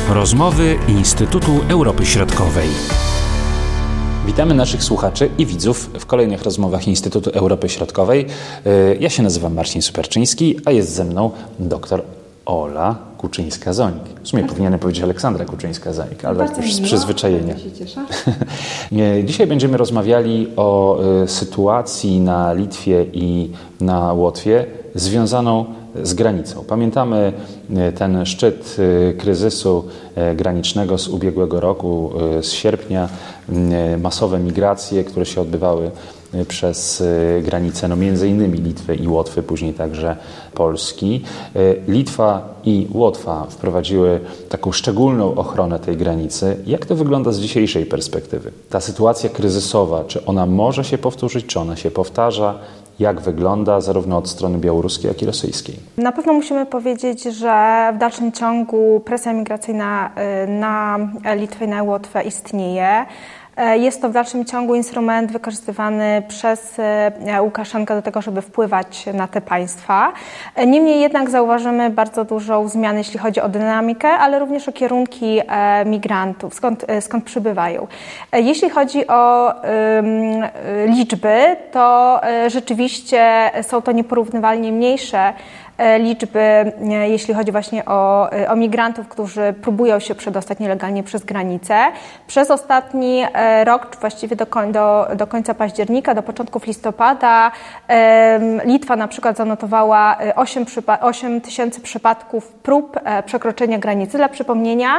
Rozmowy Instytutu Europy Środkowej. Witamy naszych słuchaczy i widzów w kolejnych rozmowach Instytutu Europy Środkowej. Ja się nazywam Marcin Superczyński, a jest ze mną dr Ola Kuczyńska-Zonik. W sumie powinienem powiedzieć Aleksandra Kuczyńska-Zonik, ale bardzo już z przyzwyczajenia. Się cieszę. Dzisiaj będziemy rozmawiali o sytuacji na Litwie i na Łotwie związaną z granicą. Pamiętamy ten szczyt kryzysu granicznego z ubiegłego roku, z sierpnia, masowe migracje, które się odbywały przez granicę, między innymi Litwy i Łotwy, później także Polski. Litwa i Łotwa wprowadziły taką szczególną ochronę tej granicy. Jak to wygląda z dzisiejszej perspektywy? Ta sytuacja kryzysowa, czy ona może się powtórzyć, czy ona się powtarza? Jak wygląda zarówno od strony białoruskiej, jak i rosyjskiej? Na pewno musimy powiedzieć, że w dalszym ciągu presja migracyjna na Litwę i na Łotwę istnieje. Jest to w dalszym ciągu instrument wykorzystywany przez Łukaszenkę do tego, żeby wpływać na te państwa. Niemniej jednak zauważymy bardzo dużą zmianę, jeśli chodzi o dynamikę, ale również o kierunki migrantów, skąd przybywają. Jeśli chodzi o liczby, to rzeczywiście są to nieporównywalnie mniejsze liczby, jeśli chodzi właśnie o migrantów, którzy próbują się przedostać nielegalnie przez granicę. Przez ostatni rok, czy właściwie do końca października, do początków listopada, Litwa na przykład zanotowała 8 tysięcy przypadków prób przekroczenia granicy. Dla przypomnienia,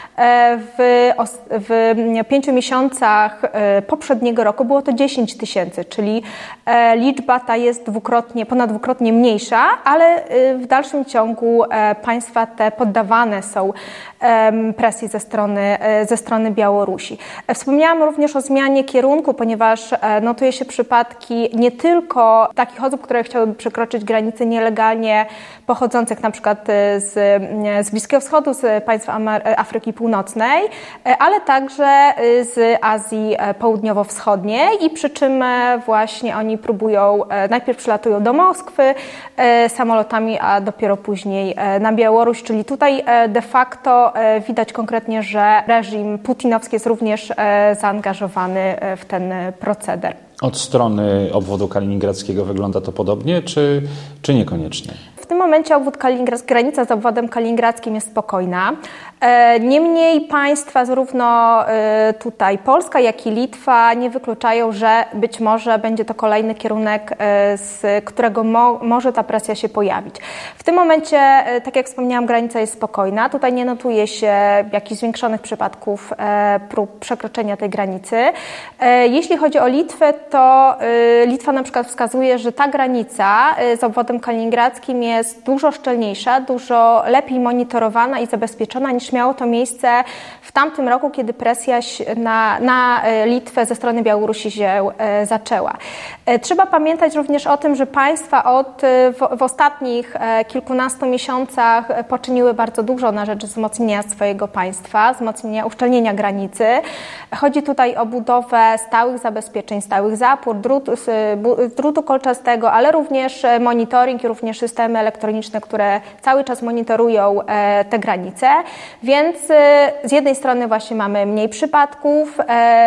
w 5 miesiącach poprzedniego roku było to 10 tysięcy, czyli liczba ta jest ponad dwukrotnie mniejsza, ale w dalszym ciągu państwa te poddawane są presji ze strony Białorusi. Wspomniałam również o zmianie kierunku, ponieważ notuje się przypadki nie tylko takich osób, które chciałyby przekroczyć granicę nielegalnie, pochodzących na przykład z Bliskiego Wschodu, z państw Afryki Północnej, ale także z Azji Południowo-Wschodniej i przy czym właśnie oni próbują, najpierw przylatują do Moskwy samolotami, a dopiero później na Białoruś, czyli tutaj de facto widać konkretnie, że reżim putinowski jest również zaangażowany w ten proceder. Od strony obwodu kaliningradzkiego wygląda to podobnie, czy niekoniecznie? W tym momencie granica z obwodem kaliningradzkim jest spokojna. Niemniej państwa, zarówno tutaj Polska, jak i Litwa, nie wykluczają, że być może będzie to kolejny kierunek, z którego może ta presja się pojawić. W tym momencie, tak jak wspomniałam, granica jest spokojna. Tutaj nie notuje się jakichś zwiększonych przypadków prób przekroczenia tej granicy. Jeśli chodzi o Litwę, to Litwa na przykład wskazuje, że ta granica z obwodem kaliningradzkim jest dużo szczelniejsza, dużo lepiej monitorowana i zabezpieczona niż miało to miejsce w tamtym roku, kiedy presja na Litwę ze strony Białorusi się zaczęła. Trzeba pamiętać również o tym, że państwa w ostatnich kilkunastu miesiącach poczyniły bardzo dużo na rzecz wzmocnienia swojego państwa, wzmocnienia, uszczelnienia granicy. Chodzi tutaj o budowę stałych zabezpieczeń, stałych zapór, drutu kolczastego, ale również monitoring i również systemy elektroniczne, które cały czas monitorują te granice. Więc z jednej strony właśnie mamy mniej przypadków,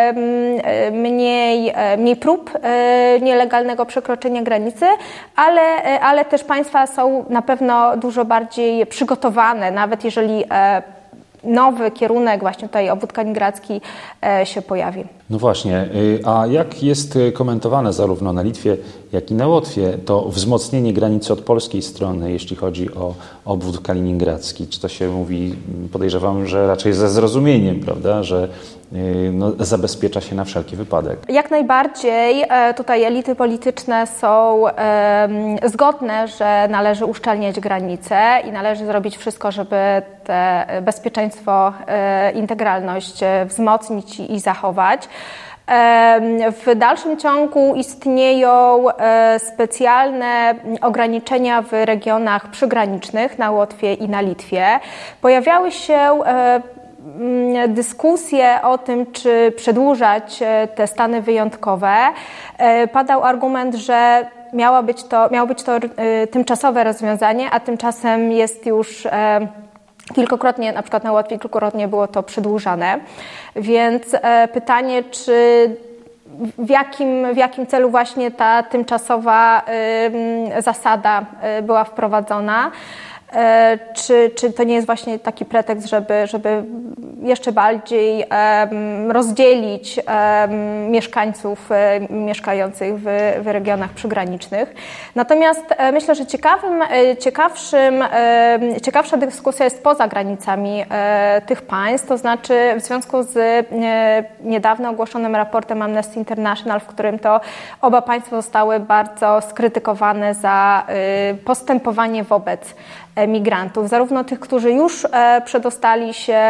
mniej prób nielegalnego przekroczenia granicy, ale też państwa są na pewno dużo bardziej przygotowane, nawet jeżeli nowy kierunek, właśnie tutaj obwód kaliningradzki się pojawi. No właśnie, a jak jest komentowane zarówno na Litwie, jak i na Łotwie to wzmocnienie granicy od polskiej strony, jeśli chodzi o obwód kaliningradzki? Czy to się mówi, podejrzewam, że raczej ze zrozumieniem, prawda, że zabezpiecza się na wszelki wypadek? Jak najbardziej tutaj elity polityczne są zgodne, że należy uszczelniać granice i należy zrobić wszystko, żeby te bezpieczeństwo, integralność wzmocnić i zachować. W dalszym ciągu istnieją specjalne ograniczenia w regionach przygranicznych na Łotwie i na Litwie. Pojawiały się dyskusje o tym, czy przedłużać te stany wyjątkowe. Padał argument, że miało być to tymczasowe rozwiązanie, a tymczasem jest już kilkukrotnie, na przykład na Łotwie, kilkukrotnie było to przedłużane. Więc pytanie, czy w jakim celu właśnie ta tymczasowa zasada była wprowadzona? Czy to nie jest właśnie taki pretekst, żeby jeszcze bardziej rozdzielić mieszkańców mieszkających w regionach przygranicznych? Natomiast myślę, że ciekawsza dyskusja jest poza granicami tych państw, to znaczy w związku z niedawno ogłoszonym raportem Amnesty International, w którym to oba państwa zostały bardzo skrytykowane za postępowanie wobec migrantów, zarówno tych, którzy już przedostali się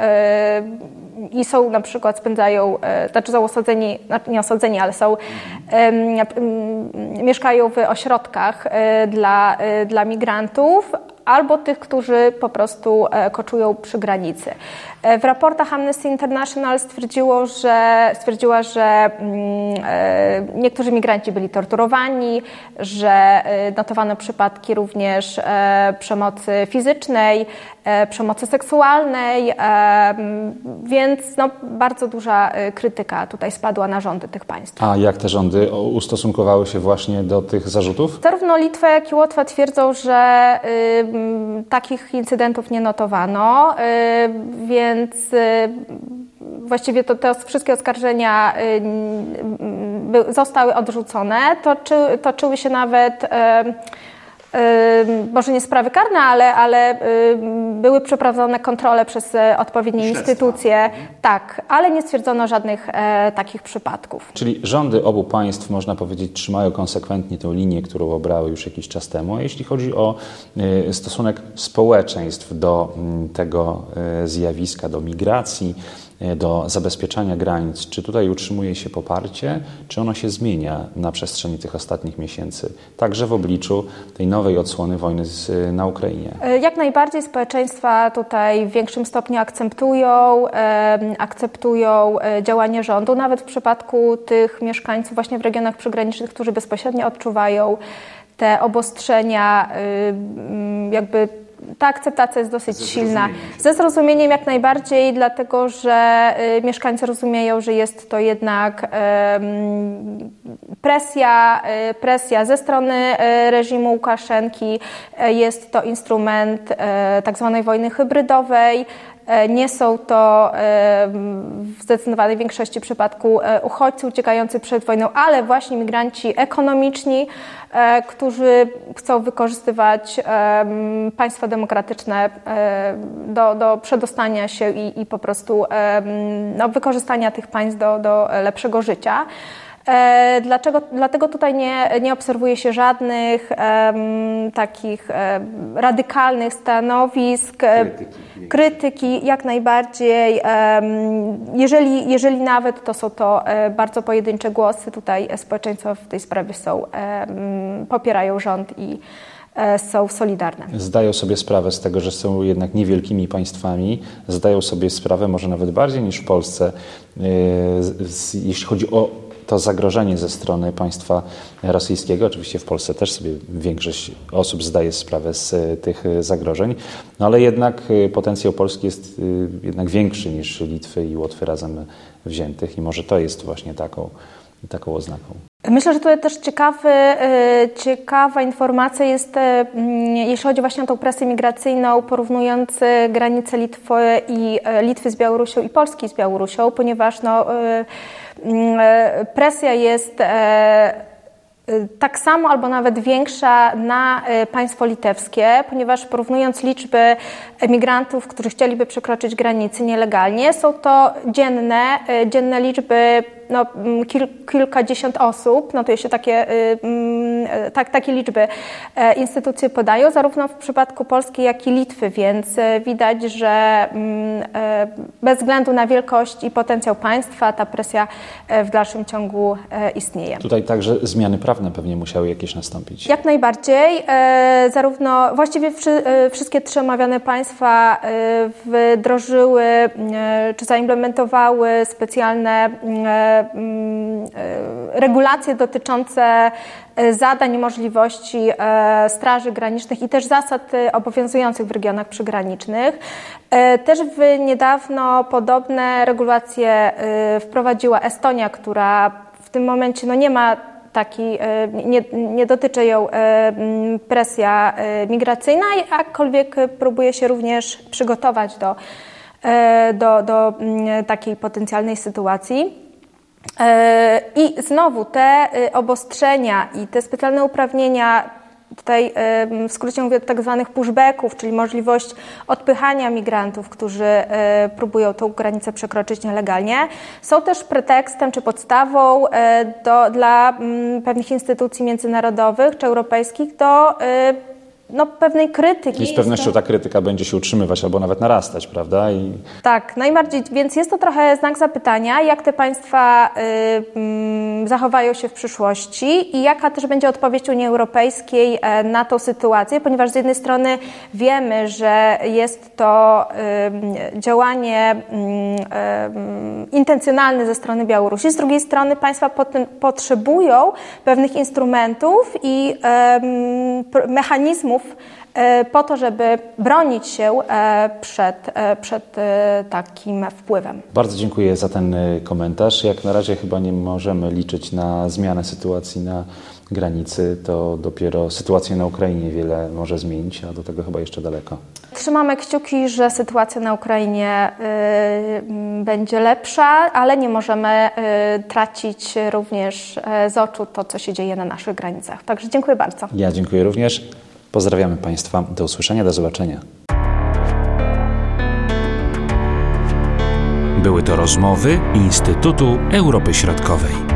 i są na przykład są osadzeni, nie osadzeni, ale są mieszkają w ośrodkach dla migrantów, albo tych, którzy po prostu koczują przy granicy. W raportach Amnesty International stwierdziła, że niektórzy migranci byli torturowani, że notowano przypadki również przemocy fizycznej, przemocy seksualnej, więc bardzo duża krytyka tutaj spadła na rządy tych państw. A jak te rządy ustosunkowały się właśnie do tych zarzutów? Zarówno Litwa, jak i Łotwa twierdzą, że takich incydentów nie notowano, więc właściwie te wszystkie oskarżenia zostały odrzucone. Toczyły się nawet może nie sprawy karne, ale były przeprowadzone kontrole przez odpowiednie instytucje. Tak, ale nie stwierdzono żadnych takich przypadków. Czyli rządy obu państw, można powiedzieć, trzymają konsekwentnie tę linię, którą obrały już jakiś czas temu. A jeśli chodzi o stosunek społeczeństw do tego zjawiska, do migracji, do zabezpieczania granic, czy tutaj utrzymuje się poparcie, czy ono się zmienia na przestrzeni tych ostatnich miesięcy, także w obliczu tej nowej odsłony wojny na Ukrainie? Jak najbardziej społeczeństwa tutaj w większym stopniu akceptują działanie rządu, nawet w przypadku tych mieszkańców właśnie w regionach przygranicznych, którzy bezpośrednio odczuwają te obostrzenia, ta akceptacja jest dosyć silna. Ze zrozumieniem jak najbardziej, dlatego że mieszkańcy rozumieją, że jest to jednak presja ze strony reżimu Łukaszenki, jest to instrument tak zwanej wojny hybrydowej. Nie są to w zdecydowanej większości przypadków uchodźcy uciekający przed wojną, ale właśnie migranci ekonomiczni, którzy chcą wykorzystywać państwa demokratyczne do przedostania się i po prostu wykorzystania tych państw do lepszego życia. Dlatego tutaj nie obserwuje się żadnych takich radykalnych stanowisk, krytyki jak najbardziej. Jeżeli nawet, to są to bardzo pojedyncze głosy. Tutaj społeczeństwo w tej sprawie popierają rząd i są solidarne. Zdają sobie sprawę z tego, że są jednak niewielkimi państwami, zdają sobie sprawę może nawet bardziej niż w Polsce, jeśli chodzi o to zagrożenie ze strony państwa rosyjskiego. Oczywiście w Polsce też sobie większość osób zdaje sprawę z tych zagrożeń, no ale jednak potencjał Polski jest jednak większy niż Litwy i Łotwy razem wziętych i może to jest właśnie taką oznaką. Myślę, że tutaj też ciekawa informacja jest, jeśli chodzi właśnie o tą presję migracyjną, porównując granice Litwy z Białorusią i Polski z Białorusią, ponieważ presja jest tak samo albo nawet większa na państwo litewskie, ponieważ porównując liczby emigrantów, którzy chcieliby przekroczyć granice nielegalnie, są to dzienne liczby, kilkadziesiąt osób, notuje się takie liczby instytucje podają, zarówno w przypadku Polski, jak i Litwy, więc widać, że bez względu na wielkość i potencjał państwa ta presja w dalszym ciągu istnieje. Tutaj także zmiany prawne pewnie musiały jakieś nastąpić. Jak najbardziej. Właściwie wszystkie trzy omawiane państwa wdrożyły czy zaimplementowały specjalne regulacje dotyczące zadań i możliwości straży granicznych i też zasad obowiązujących w regionach przygranicznych. Też niedawno podobne regulacje wprowadziła Estonia, która w tym momencie nie ma nie dotyczy ją presja migracyjna, jakkolwiek próbuje się również przygotować do takiej potencjalnej sytuacji. I znowu te obostrzenia i te specjalne uprawnienia, tutaj w skrócie mówię o tak zwanych pushbacków, czyli możliwość odpychania migrantów, którzy próbują tą granicę przekroczyć nielegalnie, są też pretekstem czy podstawą dla pewnych instytucji międzynarodowych czy europejskich do pewnej krytyki. I z pewnością ta krytyka będzie się utrzymywać albo nawet narastać, prawda? Tak, najbardziej, więc jest to trochę znak zapytania, jak te państwa zachowają się w przyszłości i jaka też będzie odpowiedź Unii Europejskiej na tą sytuację, ponieważ z jednej strony wiemy, że jest to działanie intencjonalne ze strony Białorusi, z drugiej strony państwa potrzebują pewnych instrumentów i mechanizmów po to, żeby bronić się przed takim wpływem. Bardzo dziękuję za ten komentarz. Jak na razie chyba nie możemy liczyć na zmianę sytuacji na granicy, to dopiero sytuacja na Ukrainie wiele może zmienić, a do tego chyba jeszcze daleko. Trzymamy kciuki, że sytuacja na Ukrainie będzie lepsza, ale nie możemy tracić również z oczu to, co się dzieje na naszych granicach. Także dziękuję bardzo. Ja dziękuję również. Pozdrawiamy Państwa. Do usłyszenia, do zobaczenia. Były to rozmowy Instytutu Europy Środkowej.